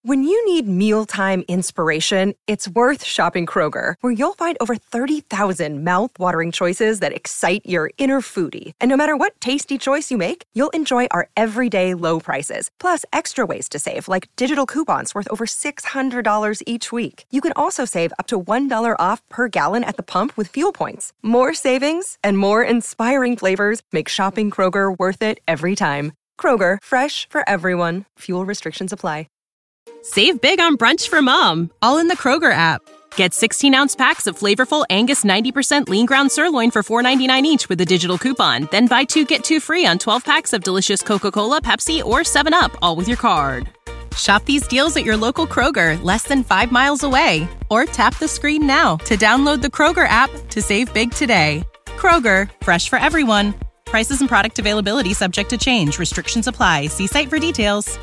When you need mealtime inspiration, it's worth shopping Kroger, where you'll find over 30,000 mouth-watering choices that excite your inner foodie. And no matter what tasty choice you make, you'll enjoy our everyday low prices, plus extra ways to save, like digital coupons worth over $600 each week. You can also save up to $1 off per gallon at the pump with fuel points. More savings and more inspiring flavors make shopping Kroger worth it every time. Kroger, fresh for everyone. Fuel restrictions apply. Save big on brunch for mom, all in the Kroger app. Get 16-ounce packs of flavorful Angus 90% lean ground sirloin for $4.99 each with a digital coupon. Then buy 2, get 2 free on 12 packs of delicious Coca-Cola, Pepsi, or 7-Up, all with your card. Shop these deals at your local Kroger, less than 5 miles away. Or tap the screen now to download the Kroger app to save big today. Kroger, fresh for everyone. Prices and product availability subject to change. Restrictions apply. See site for details.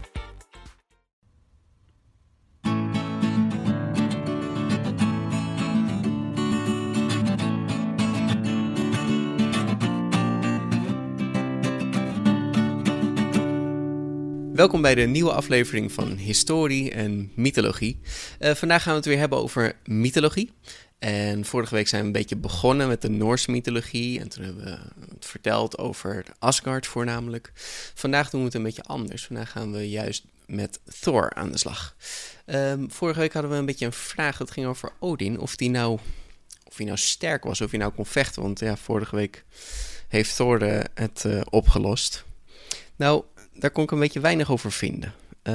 Welkom bij de nieuwe aflevering van Historie en Mythologie. Vandaag gaan we het weer hebben over mythologie. En vorige week zijn we een beetje begonnen met de Noorse mythologie. En toen hebben we het verteld over Asgard voornamelijk. Vandaag doen we het een beetje anders. Vandaag gaan we juist met Thor aan de slag. Vorige week hadden we een beetje een vraag. Dat ging over Odin. Of hij nou sterk was. Of hij nou kon vechten. Want ja, vorige week heeft Thor het opgelost. Nou, daar kon ik een beetje weinig over vinden.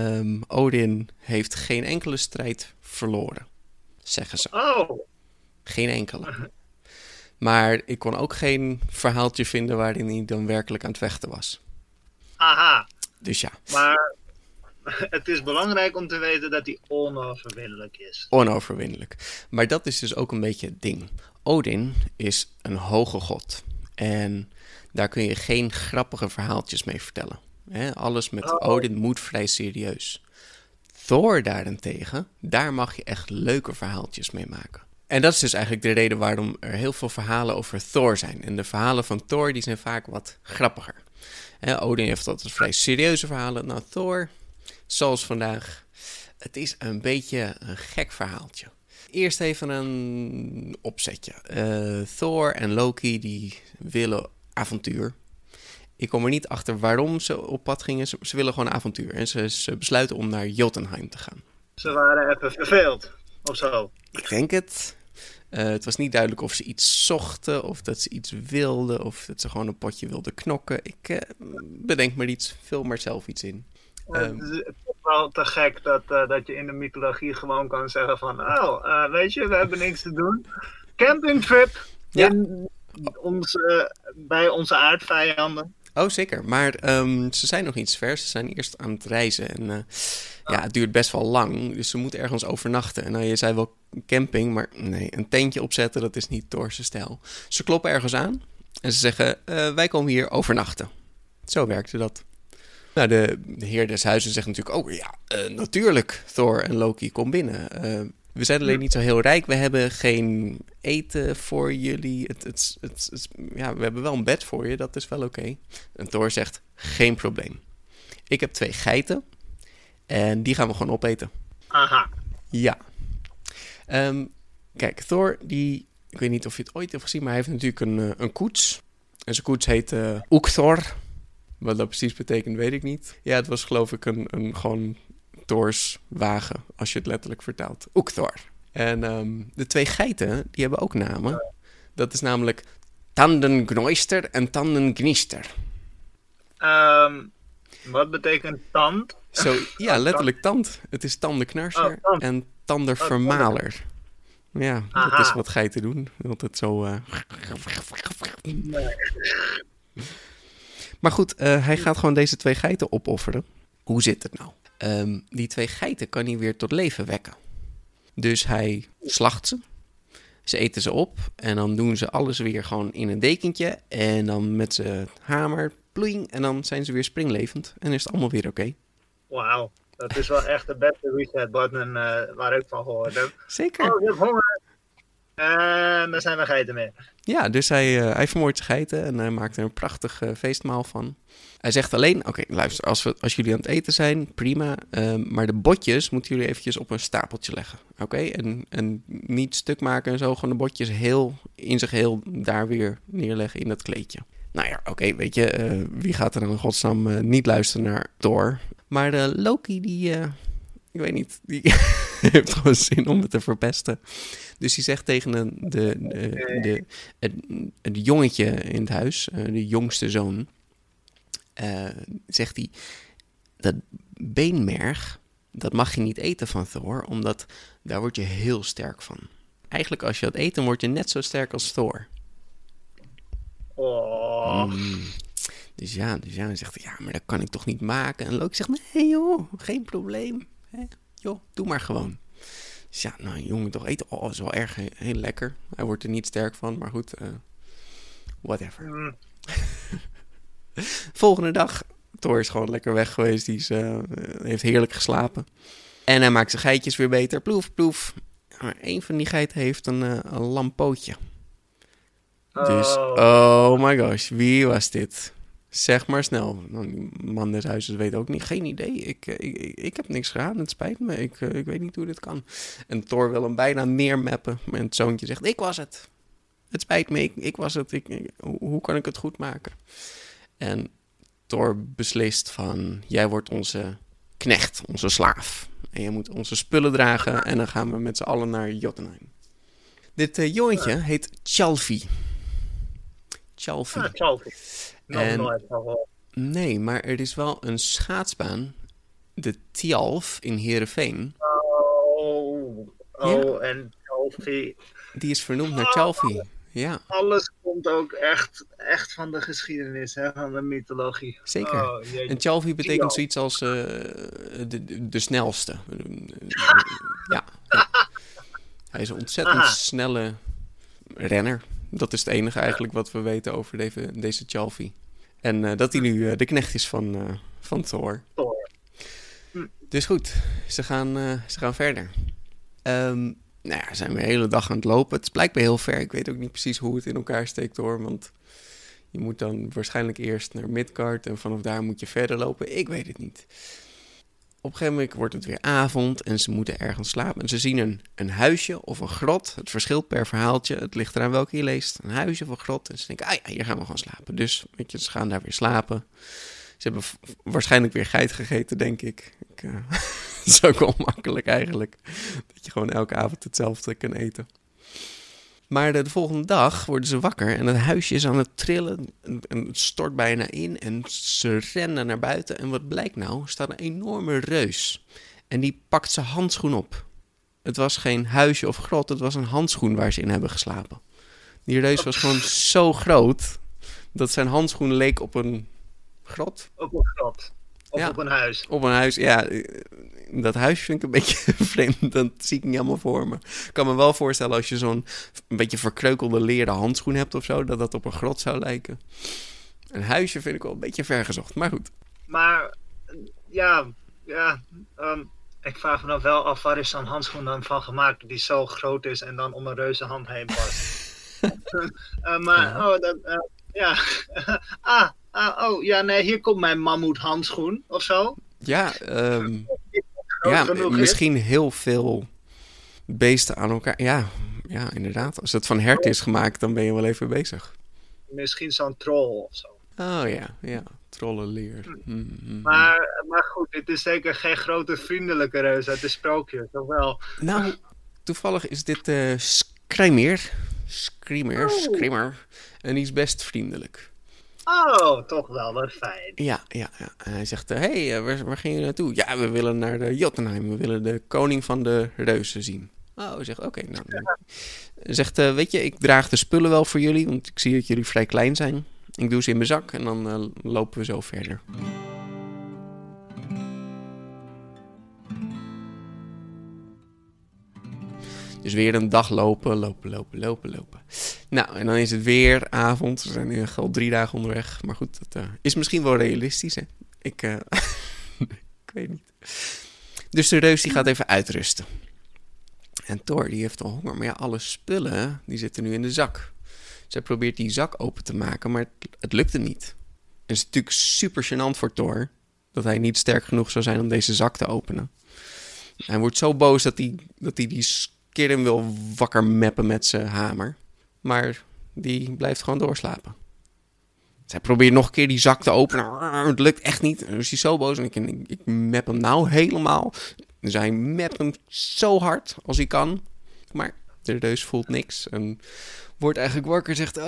Odin heeft geen enkele strijd verloren, zeggen ze. Oh. Geen enkele. Maar ik kon ook geen verhaaltje vinden waarin hij dan werkelijk aan het vechten was. Aha. Dus ja. Maar het is belangrijk om te weten dat hij onoverwinnelijk is. Onoverwinnelijk. Maar dat is dus ook een beetje het ding. Odin is een hoge god. En daar kun je geen grappige verhaaltjes mee vertellen. Alles met Odin moet vrij serieus. Thor daarentegen, daar mag je echt leuke verhaaltjes mee maken. En dat is dus eigenlijk de reden waarom er heel veel verhalen over Thor zijn. En de verhalen van Thor die zijn vaak wat grappiger. Odin heeft altijd vrij serieuze verhalen. Nou, Thor, zoals vandaag, het is een beetje een gek verhaaltje. Eerst even een opzetje. Thor en Loki die willen avontuur. Ik kom er niet achter waarom ze op pad gingen. Ze willen gewoon avontuur. En ze besluiten om naar Jotunheim te gaan. Ze waren even verveeld, of zo. Ik denk het. Het was niet duidelijk of ze iets zochten, of dat ze iets wilden, of dat ze gewoon een potje wilden knokken. Ik bedenk maar iets, vul maar zelf iets in. Het is wel te gek dat je in de mythologie gewoon kan zeggen van... weet je, we hebben niks te doen. Campingtrip bij onze aardvijanden. Oh, zeker. Maar ze zijn nog iets ver. Ze zijn eerst aan het reizen. En het duurt best wel lang. Dus ze moeten ergens overnachten. En nou, je zei wel camping, maar nee, een tentje opzetten, dat is niet Thor's stijl. Ze kloppen ergens aan en ze zeggen, wij komen hier overnachten. Zo werkte dat. Nou, de heer des huizes zegt natuurlijk, natuurlijk, Thor en Loki, kom binnen. We zijn alleen niet zo heel rijk. We hebben geen eten voor jullie. We hebben wel een bed voor je. Dat is wel oké. En Thor zegt, geen probleem. Ik heb 2 geiten. En die gaan we gewoon opeten. Aha. Ja. Kijk, Thor, ik weet niet of je het ooit hebt gezien, maar hij heeft natuurlijk een koets. En zijn koets heet Ukthor. Wat dat precies betekent, weet ik niet. Ja, het was geloof ik een gewoon Thors wagen, als je het letterlijk vertaalt. Ukthor. En de 2 geiten, die hebben ook namen. Dat is namelijk Tandengnoister en Tandengnister. Wat betekent tand? Ja, letterlijk tand. Het is tandenknarser en tandenvermaler. Ja, dat is wat geiten doen. Altijd zo... Nee. Maar goed, hij gaat gewoon deze 2 geiten opofferen. Hoe zit het nou? Die 2 geiten kan hij weer tot leven wekken. Dus hij slacht ze. Ze eten ze op. En dan doen ze alles weer gewoon in een dekentje. En dan met zijn hamer, ploing. En dan zijn ze weer springlevend. En is het allemaal weer oké. Wauw. Dat is wel echt de beste reset button waar ik van gehoord heb. Zeker. Oh, ik heb honger. En daar zijn we geiten mee. Ja, dus hij vermoordt zijn geiten en hij maakt er een prachtig feestmaal van. Hij zegt alleen, oké, luister, als jullie aan het eten zijn, prima. Maar de botjes moeten jullie eventjes op een stapeltje leggen. Oké? En niet stuk maken en zo, gewoon de botjes in zich heel daar weer neerleggen in dat kleedje. Nou ja, oké, weet je, wie gaat er dan in godsnaam niet luisteren naar Thor? Maar Loki, ik weet niet, die heeft gewoon zin om het te verpesten. Dus hij zegt tegen het jongetje in het huis, de jongste zoon, zegt hij, dat beenmerg, dat mag je niet eten van Thor, omdat daar word je heel sterk van. Eigenlijk als je dat eet, dan word je net zo sterk als Thor. Oh. Dus ja, hij zegt, ja, maar dat kan ik toch niet maken? En Loki zegt, nee joh, geen probleem. Joh, doe maar gewoon. Dus ja, nou, jongen, toch eten. Oh, dat is wel erg heel lekker. Hij wordt er niet sterk van, maar goed, whatever. Volgende dag, Thor is gewoon lekker weg geweest. Die heeft heerlijk geslapen. En hij maakt zijn geitjes weer beter. Ploef, ploef. Maar een van die geiten heeft een lampootje. Dus, oh my gosh, wie was dit? Zeg maar snel. Nou, die man des huizes weet ook niet. Geen idee. Ik heb niks gedaan. Het spijt me. Ik weet niet hoe dit kan. En Thor wil hem bijna neermappen. En het zoontje zegt, ik was het. Het spijt me. Ik was het. Hoe kan ik het goed maken? En Thor beslist van, jij wordt onze knecht, onze slaaf. En je moet onze spullen dragen. En dan gaan we met z'n allen naar Jotunheim. Dit jongetje heet Tjalfi. Tjalfi. Tjalfi. Nog nooit van gehoord. Nee, maar er is wel een schaatsbaan. De Tjalf in Heerenveen. Ja. En Tjalfi. Die is vernoemd naar Tjalfi. Ja. Alles komt ook echt van de geschiedenis, hè, van de mythologie. Zeker. En Tjalfi betekent zoiets als de snelste. Ja. Hij is een ontzettend snelle renner. Dat is het enige eigenlijk wat we weten over deze Tjalfi. En dat hij nu de knecht is van Thor. Dus goed, ze gaan verder. Nou ja, zijn we de hele dag aan het lopen. Het is blijkbaar heel ver. Ik weet ook niet precies hoe het in elkaar steekt hoor. Want je moet dan waarschijnlijk eerst naar Midgard. En vanaf daar moet je verder lopen. Ik weet het niet. Op een gegeven moment wordt het weer avond. En ze moeten ergens slapen. En ze zien een huisje of een grot. Het verschilt per verhaaltje. Het ligt eraan welke je leest. Een huisje of een grot. En ze denken, ja, hier gaan we gewoon slapen. Dus weet je, ze gaan daar weer slapen. Ze hebben waarschijnlijk weer geit gegeten, denk ik. Het is ook wel makkelijk eigenlijk. Dat je gewoon elke avond hetzelfde kan eten. Maar de volgende dag worden ze wakker en het huisje is aan het trillen. En het stort bijna in en ze rennen naar buiten. En wat blijkt nou? Er staat een enorme reus. En die pakt zijn handschoen op. Het was geen huisje of grot, het was een handschoen waar ze in hebben geslapen. Die reus was gewoon zo groot dat zijn handschoen leek op een grot. Op een grot. Of op een huis. Op een huis, ja. Dat huis vind ik een beetje vreemd. Dat zie ik niet helemaal voor me. Ik kan me wel voorstellen als je zo'n een beetje verkreukelde leren handschoen hebt of zo, dat dat op een grot zou lijken. Een huisje vind ik wel een beetje vergezocht, maar goed. Maar ik vraag me dan wel af, waar is zo'n handschoen dan van gemaakt die zo groot is en dan om een reuzenhand heen past? Hier komt mijn mammoethandschoen of zo. Ja, misschien heel veel beesten aan elkaar. Ja, inderdaad. Als het van hert is gemaakt, dan ben je wel even bezig. Misschien zo'n troll of zo. Oh ja. Trollenleer. Maar goed, het is zeker geen grote vriendelijke reus uit de sprookjes, of wel? Nou, toevallig is dit Screamer. En die is best vriendelijk. Oh, toch wel, wat fijn. Ja. En hij zegt, waar ging je naartoe? Ja, we willen naar de Jotunheim. We willen de koning van de reuzen zien. Oh, hij zegt, oké. Nou. Hij zegt, weet je, ik draag de spullen wel voor jullie, want ik zie dat jullie vrij klein zijn. Ik doe ze in mijn zak en dan lopen we zo verder. Dus weer een dag lopen. Nou, en dan is het weer avond. We zijn nu al 3 dagen onderweg. Maar goed, dat is misschien wel realistisch, hè? Ik weet niet. Dus de reus die gaat even uitrusten. En Thor die heeft al honger, maar ja, alle spullen die zitten nu in de zak. Zij probeert die zak open te maken, maar het lukt hem niet. Het is natuurlijk super gênant voor Thor dat hij niet sterk genoeg zou zijn om deze zak te openen. Hij wordt zo boos dat hij die Skirrim wil wakker meppen met zijn hamer. Maar die blijft gewoon doorslapen. Zij probeert nog een keer die zak te openen. Het lukt echt niet. Dan is hij zo boos. En ik map hem nou helemaal. Dus hij mapt hem zo hard als hij kan. Maar de reus voelt niks. En wordt eigenlijk wakker en zegt...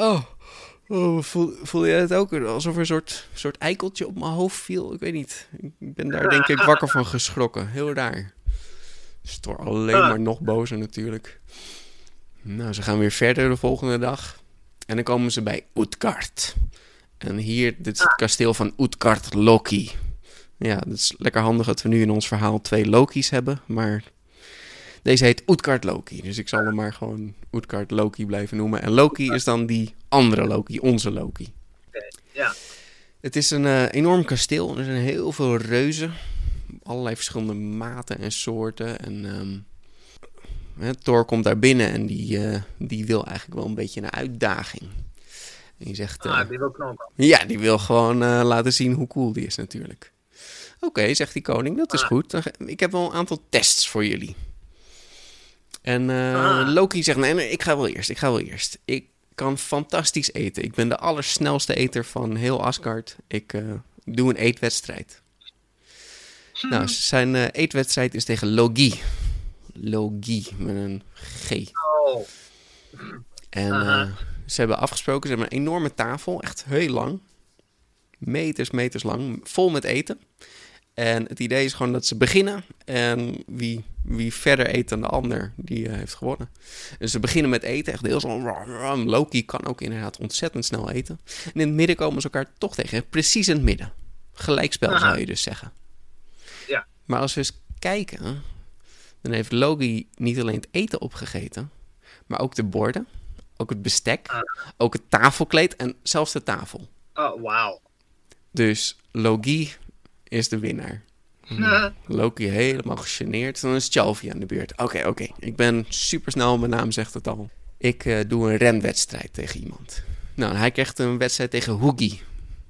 voel je het ook? Alsof er een soort eikeltje op mijn hoofd viel. Ik weet niet. Ik ben daar denk ik wakker van geschrokken. Heel raar. Dus Thor alleen maar nog bozer natuurlijk. Nou, ze gaan weer verder de volgende dag. En dan komen ze bij Utgard. En hier, dit is het kasteel van Utgard Loki. Ja, dat is lekker handig dat we nu in ons verhaal 2 Loki's hebben. Maar deze heet Utgard Loki. Dus ik zal hem maar gewoon Utgard Loki blijven noemen. En Loki is dan die andere Loki, onze Loki. Ja. Het is een enorm kasteel. Er zijn heel veel reuzen. Allerlei verschillende maten en soorten. En Thor komt daar binnen en die wil eigenlijk wel een beetje een uitdaging. En die zegt... die wil knokken. Ja, die wil gewoon laten zien hoe cool die is natuurlijk. Oké, zegt die koning, dat is goed. Ik heb wel een aantal tests voor jullie. En Loki zegt, nee, ik ga wel eerst. Ik kan fantastisch eten. Ik ben de allersnelste eter van heel Asgard. Ik doe een eetwedstrijd. Nou, zijn eetwedstrijd is tegen Logi. Logi, met een G. Oh. En ze hebben afgesproken, ze hebben een enorme tafel, echt heel lang. Meters lang, vol met eten. En het idee is gewoon dat ze beginnen en wie verder eet dan de ander, die heeft gewonnen. Dus ze beginnen met eten, echt heel zo. Loki kan ook inderdaad ontzettend snel eten. En in het midden komen ze elkaar toch tegen, precies in het midden. Gelijkspel zou je dus zeggen. Ja. Maar als we eens kijken, dan heeft Loki niet alleen het eten opgegeten, maar ook de borden, ook het bestek, ook het tafelkleed en zelfs de tafel. Oh, wauw. Dus Loki is de winnaar. Loki helemaal gegeneerd. Dan is Tjalfi aan de beurt. Oké. Ik ben supersnel, mijn naam zegt het al. Ik doe een renwedstrijd tegen iemand. Nou, hij krijgt een wedstrijd tegen Hugi.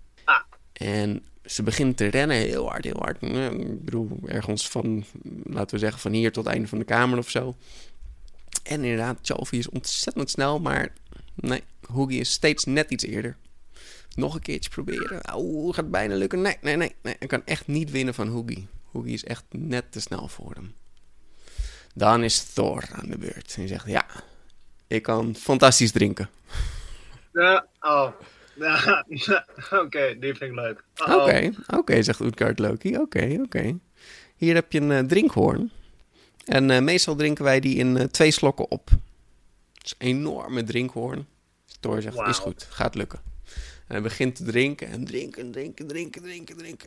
En ze beginnen te rennen heel hard. Ik bedoel, ergens van, laten we zeggen, van hier tot het einde van de kamer of zo. En inderdaad, Tjalfi is ontzettend snel, maar nee, Hugi is steeds net iets eerder. Nog een keertje proberen. Gaat bijna lukken. Nee. Hij kan echt niet winnen van Hugi. Hugi is echt net te snel voor hem. Dan is Thor aan de beurt. En hij zegt, ja, ik kan fantastisch drinken. Oké, die vind ik leuk. Oké, zegt Utgard Loki. Oké. Hier heb je een drinkhoorn. En meestal drinken wij die in 2 slokken op. Het is een enorme drinkhoorn. Thor zegt, is goed, gaat lukken. En hij begint te drinken en drinken.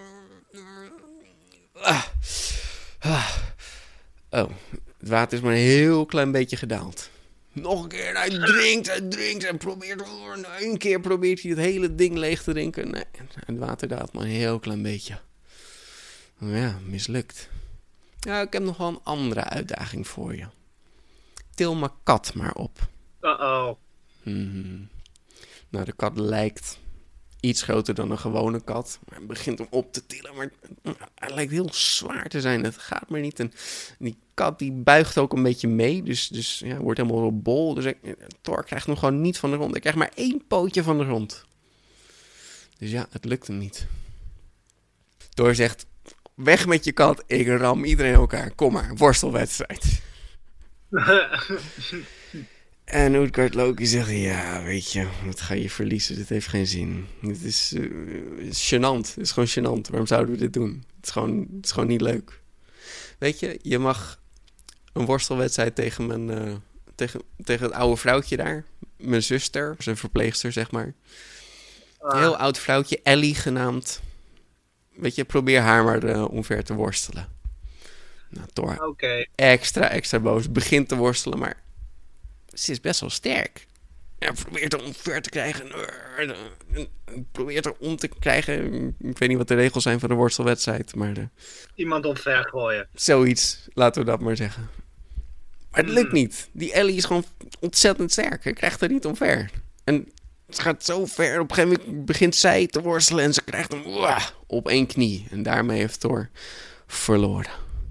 Oh, het water is maar een heel klein beetje gedaald. Nog een keer, hij drinkt en probeert... Een keer probeert hij het hele ding leeg te drinken. Nee, het water daalt maar een heel klein beetje. Ja, mislukt. Ja, ik heb nog wel een andere uitdaging voor je. Til mijn kat maar op. Nou, de kat lijkt iets groter dan een gewone kat. Hij begint hem op te tillen, maar hij lijkt heel zwaar te zijn. Het gaat maar niet. En die kat die buigt ook een beetje mee, dus ja, wordt helemaal bol. Dus Thor krijgt hem gewoon niet van de grond. Hij krijgt maar 1 pootje van de grond. Dus ja, het lukt hem niet. Thor zegt, weg met je kat, ik ram iedereen in elkaar. Kom maar, worstelwedstrijd. En Utgard Loki zegt, ja, weet je, wat ga je verliezen? Dit heeft geen zin. Het is gênant. Het is gewoon gênant. Waarom zouden we dit doen? Het is gewoon niet leuk. Weet je mag een worstelwedstrijd tegen tegen het oude vrouwtje daar. Mijn zuster, zijn verpleegster, zeg maar. Een heel oud vrouwtje, Ellie genaamd. Weet je, probeer haar maar omver te worstelen. Nou, Thor, extra boos, begint te worstelen, maar ze is best wel sterk. Ja, probeert er omver te krijgen. Probeert er om te krijgen. Ik weet niet wat de regels zijn van de worstelwedstrijd, maar iemand omver gooien. Zoiets, laten we dat maar zeggen. Maar het lukt niet. Die Ellie is gewoon ontzettend sterk. Hij krijgt er niet omver. En ze gaat zo ver. Op een gegeven moment begint zij te worstelen. En ze krijgt hem op 1 knie. En daarmee heeft Thor verloren.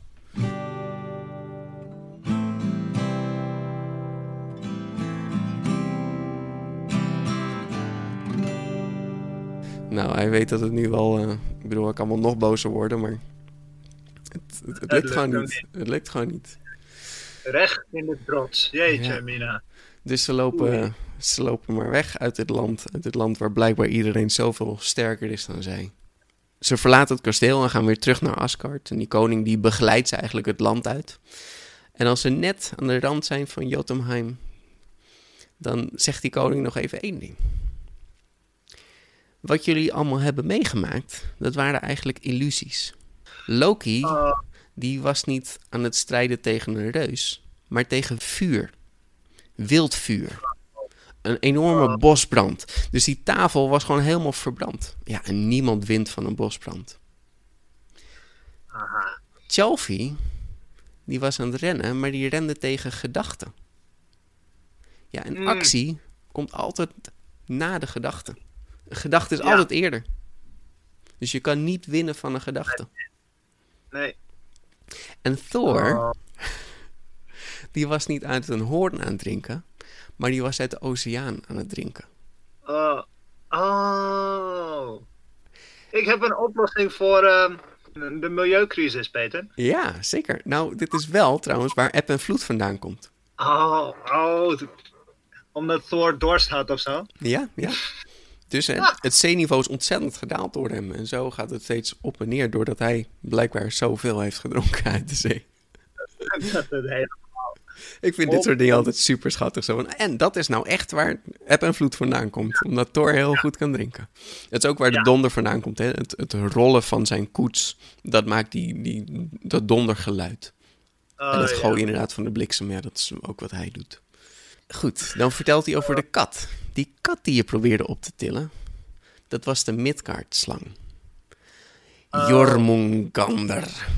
Nou, hij weet dat het nu wel... ik bedoel, hij kan wel nog bozer worden, maar... Het lukt gewoon niet. Het lukt gewoon niet. Recht in de trots. Jeetje, Mina. Dus ze lopen maar weg uit dit land. Uit dit land waar blijkbaar iedereen zoveel sterker is dan zij. Ze verlaten het kasteel en gaan weer terug naar Asgard. En die koning die begeleidt ze eigenlijk het land uit. En als ze net aan de rand zijn van Jotunheim... dan zegt die koning nog even 1 ding. Wat jullie allemaal hebben meegemaakt... dat waren eigenlijk illusies. Loki... die was niet aan het strijden tegen een reus, maar tegen vuur. Wild vuur. Een enorme bosbrand. Dus die tafel was gewoon helemaal verbrand. Ja, en niemand wint van een bosbrand. Tjalfi, die was aan het rennen, maar die rende tegen gedachten. Ja, en actie komt altijd na de gedachte. Een gedachte is altijd eerder. Dus je kan niet winnen van een gedachte. Nee. En Thor, die was niet uit een hoorn aan het drinken, maar die was uit de oceaan aan het drinken. Ik heb een oplossing voor de milieucrisis, Peter. Ja, zeker. Nou, dit is wel trouwens waar eb en vloed vandaan komt. Omdat Thor dorst had of zo? Ja. Dus het zeeniveau is ontzettend gedaald door hem. En zo gaat het steeds op en neer, doordat hij blijkbaar zoveel heeft gedronken uit de zee. Dat is helemaal. Ik vind dit soort dingen altijd super schattig. Zo. En dat is nou echt waar eb en vloed vandaan komt. Omdat Thor heel goed kan drinken. Het is ook waar de donder vandaan komt. Hè? Het rollen van zijn koets, dat maakt dat dondergeluid. En het gooien inderdaad van de bliksem, ja, dat is ook wat hij doet. Goed, dan vertelt hij over de kat. Die kat die je probeerde op te tillen, dat was de Midgard-slang. Jormungandr.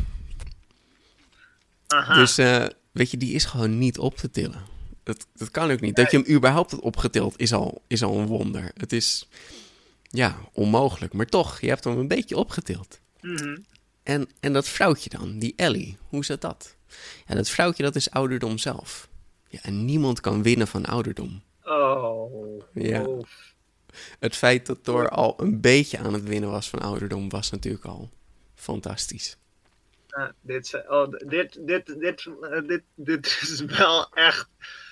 Dus, weet je, die is gewoon niet op te tillen. Dat kan ook niet. Dat je hem überhaupt hebt opgetild is al een wonder. Het is, onmogelijk. Maar toch, je hebt hem een beetje opgetild. Mm-hmm. En dat vrouwtje dan, die Ellie, hoe zat dat? Ja, dat vrouwtje, dat is ouderdom zelf. Ja, en niemand kan winnen van ouderdom. Ja. Het feit dat Thor al een beetje aan het winnen was van ouderdom was natuurlijk al fantastisch. Dit is wel echt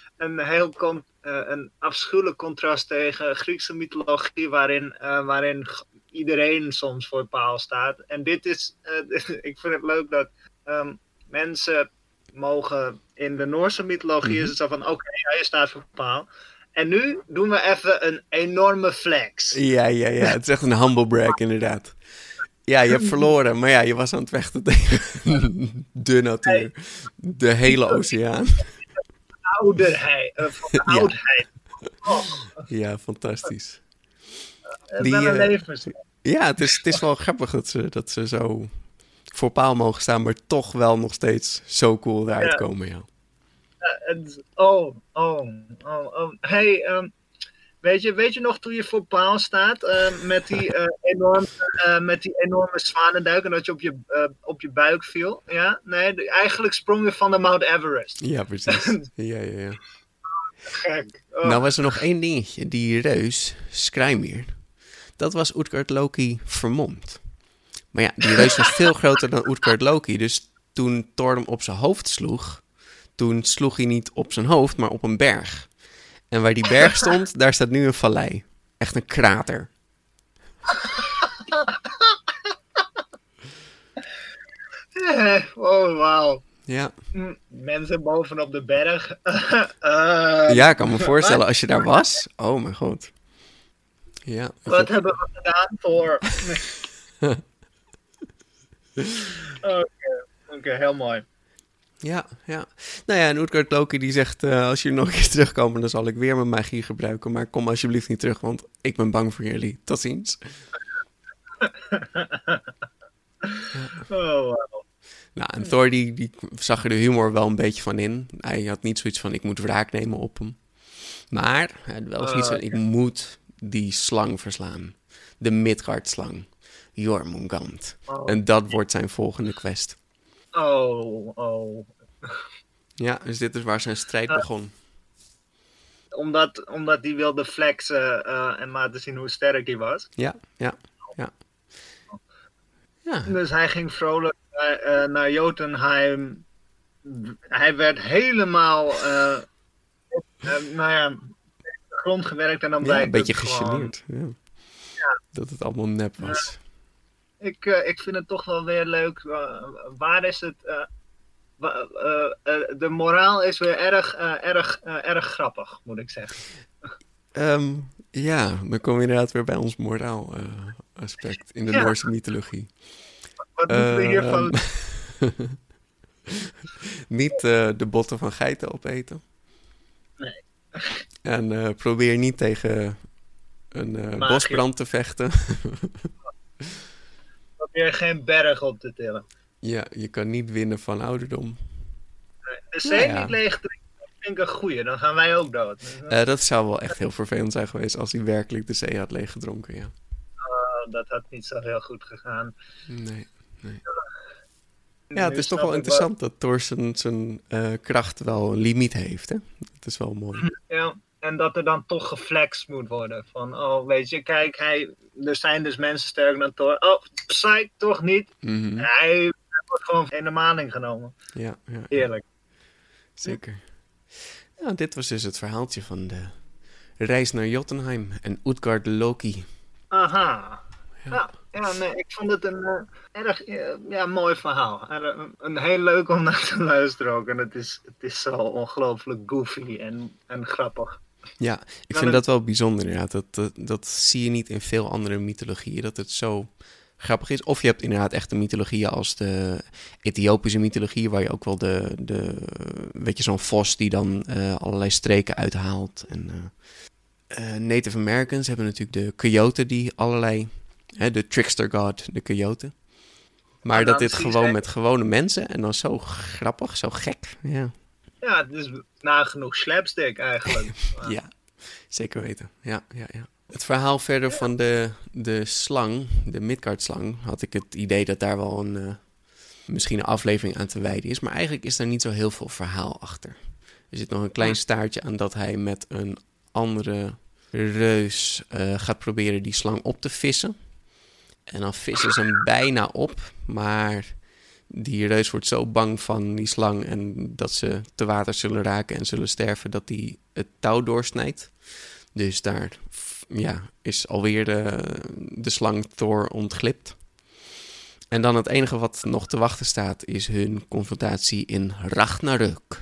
een afschuwelijk contrast tegen Griekse mythologie, waarin iedereen soms voor paal staat. En dit is, ik vind het leuk dat mensen mogen, in de Noorse mythologie is het zo van, oké, je staat voor paal. En nu doen we even een enorme flex. Ja, het is echt een humble brag inderdaad. Ja, je hebt verloren, maar ja, je was aan het vechten tegen de natuur. De hele oceaan. Ouderheid. Van de oudheid. Ja, fantastisch. Ja, het is wel grappig dat ze zo voor paal mogen staan, maar toch wel nog steeds zo cool eruit komen, ja. Hey, weet je nog toen je voor paal staat met die enorme zwanenduik en dat je op je buik viel? Ja? Nee, eigenlijk sprong je van de Mount Everest. Ja, precies. Ja. Gek. Nou was er nog één dingetje. Die reus, Skrimir, dat was Utgard-Loki vermomd. Maar ja, die reus was veel groter dan Utgard-Loki. Dus toen Thor hem op zijn hoofd sloeg, toen sloeg hij niet op zijn hoofd, maar op een berg. En waar die berg stond, daar staat nu een vallei. Echt een krater. Oh, wauw. Ja. Mensen bovenop de berg. Ja, ik kan me voorstellen, als je daar was. Oh mijn god. Ja. Wat hebben we gedaan voor... Oké, heel mooi. Ja. Nou ja, en Utgard-Loki die zegt, als jullie nog een keer terugkomen, dan zal ik weer mijn magie gebruiken. Maar kom alsjeblieft niet terug, want ik ben bang voor jullie. Tot ziens. Oh, wow. Nou, en Thor die zag er de humor wel een beetje van in. Hij had niet zoiets van, ik moet wraak nemen op hem. Maar hij had wel zoiets van, ik moet die slang verslaan. De Midgard-slang. Jormungand. En dat wordt zijn volgende quest. Oh. Ja, dus dit is waar zijn strijd begon. Omdat hij wilde flexen en laten zien hoe sterk hij was. Ja. Dus hij ging vrolijk naar Jotunheim. Hij werd helemaal de grond gewerkt en dan blijkt een beetje het gewoon... gegeneerd. Ja. Dat het allemaal nep was. Ik vind het toch wel weer leuk. Waar is het... de moraal is weer erg grappig, moet ik zeggen. Ja, dan komen we inderdaad weer bij ons moraal aspect in de Noorse mythologie. Wat moeten we hiervan... Niet de botten van geiten opeten. Nee. En probeer niet tegen een bosbrand te vechten. Probeer geen berg op te tillen. Ja, je kan niet winnen van ouderdom. De zee niet leeg drinken, dat vind ik een goeie. Dan gaan wij ook dood. Dat zou wel echt heel vervelend zijn geweest als hij werkelijk de zee had leeggedronken, ja. Dat had niet zo heel goed gegaan. Nee. Ja, het is toch wel interessant dat Thor zijn kracht wel een limiet heeft, hè? Dat is wel mooi. Ja, en dat er dan toch geflext moet worden. Van, weet je, kijk, er zijn dus mensen sterker dan Thor. Psych, toch niet? Mm-hmm. Hij wordt gewoon in de maling genomen. Ja. Heerlijk. Zeker. Ja, dit was dus het verhaaltje van de reis naar Jotunheim en Utgard Loki. Aha. Ja, nee, ik vond het een erg mooi verhaal. Een heel leuk om naar te luisteren ook. En het is zo ongelooflijk goofy en grappig. Ja, ik vind dat wel bijzonder inderdaad. Dat zie je niet in veel andere mythologieën, dat het zo grappig is. Of je hebt inderdaad echte mythologieën als de Ethiopische mythologie, waar je ook wel weet je, zo'n vos die dan allerlei streken uithaalt. En Native Americans hebben natuurlijk de coyote die allerlei... de trickster god, de coyote. Maar dat dit gewoon met gewone mensen en dan zo grappig, zo gek. Ja, het is nagenoeg slapstick eigenlijk. Ja, zeker weten. Ja. Het verhaal verder van de slang, de Midgard-slang, had ik het idee dat daar wel misschien een aflevering aan te wijden is. Maar eigenlijk is daar niet zo heel veel verhaal achter. Er zit nog een klein staartje aan dat hij met een andere reus gaat proberen die slang op te vissen. En dan vissen ze hem bijna op, maar die reus wordt zo bang van die slang en dat ze te water zullen raken en zullen sterven dat hij het touw doorsnijdt. Dus daar is alweer de slang Thor ontglipt. En dan het enige wat nog te wachten staat is hun confrontatie in Ragnarök.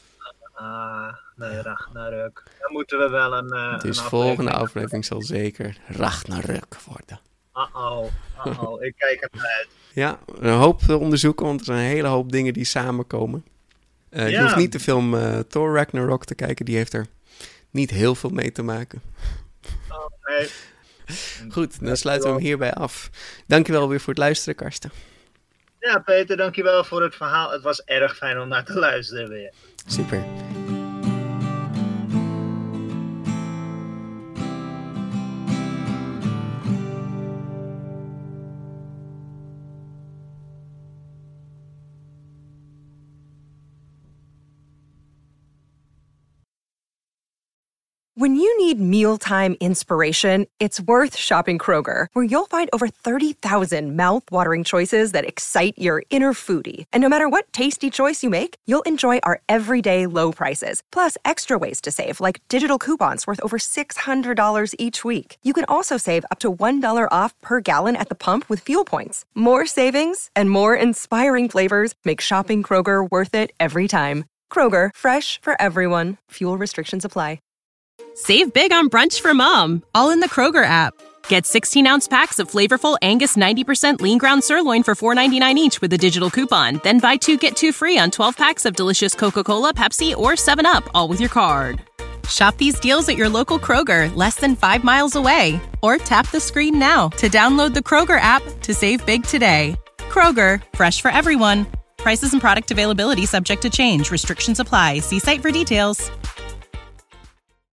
Nee, Ragnarök. Dan moeten we wel een Dus volgende aflevering zal zeker Ragnarök worden. Ik kijk ernaar uit. Ja, een hoop te onderzoeken, want er zijn een hele hoop dingen die samenkomen. Je hoeft niet de film Thor Ragnarok te kijken, die heeft er niet heel veel mee te maken. Nee. Goed, dan sluiten we hem hierbij af. Dankjewel weer voor het luisteren, Karsten. Ja, Peter, dankjewel voor het verhaal. Het was erg fijn om naar te luisteren weer. Super. When you need mealtime inspiration, it's worth shopping Kroger, where you'll find over 30,000 mouth-watering choices that excite your inner foodie. And no matter what tasty choice you make, you'll enjoy our everyday low prices, plus extra ways to save, like digital coupons worth over $600 each week. You can also save up to $1 off per gallon at the pump with fuel points. More savings and more inspiring flavors make shopping Kroger worth it every time. Kroger, fresh for everyone. Fuel restrictions apply. Save big on brunch for mom, all in the Kroger app. Get 16-ounce packs of flavorful Angus 90% lean ground sirloin for $4.99 each with a digital coupon. Then buy 2, get 2 free on 12 packs of delicious Coca-Cola, Pepsi, or 7-Up, all with your card. Shop these deals at your local Kroger, less than 5 miles away. Or tap the screen now to download the Kroger app to save big today. Kroger, fresh for everyone. Prices and product availability subject to change. Restrictions apply. See site for details.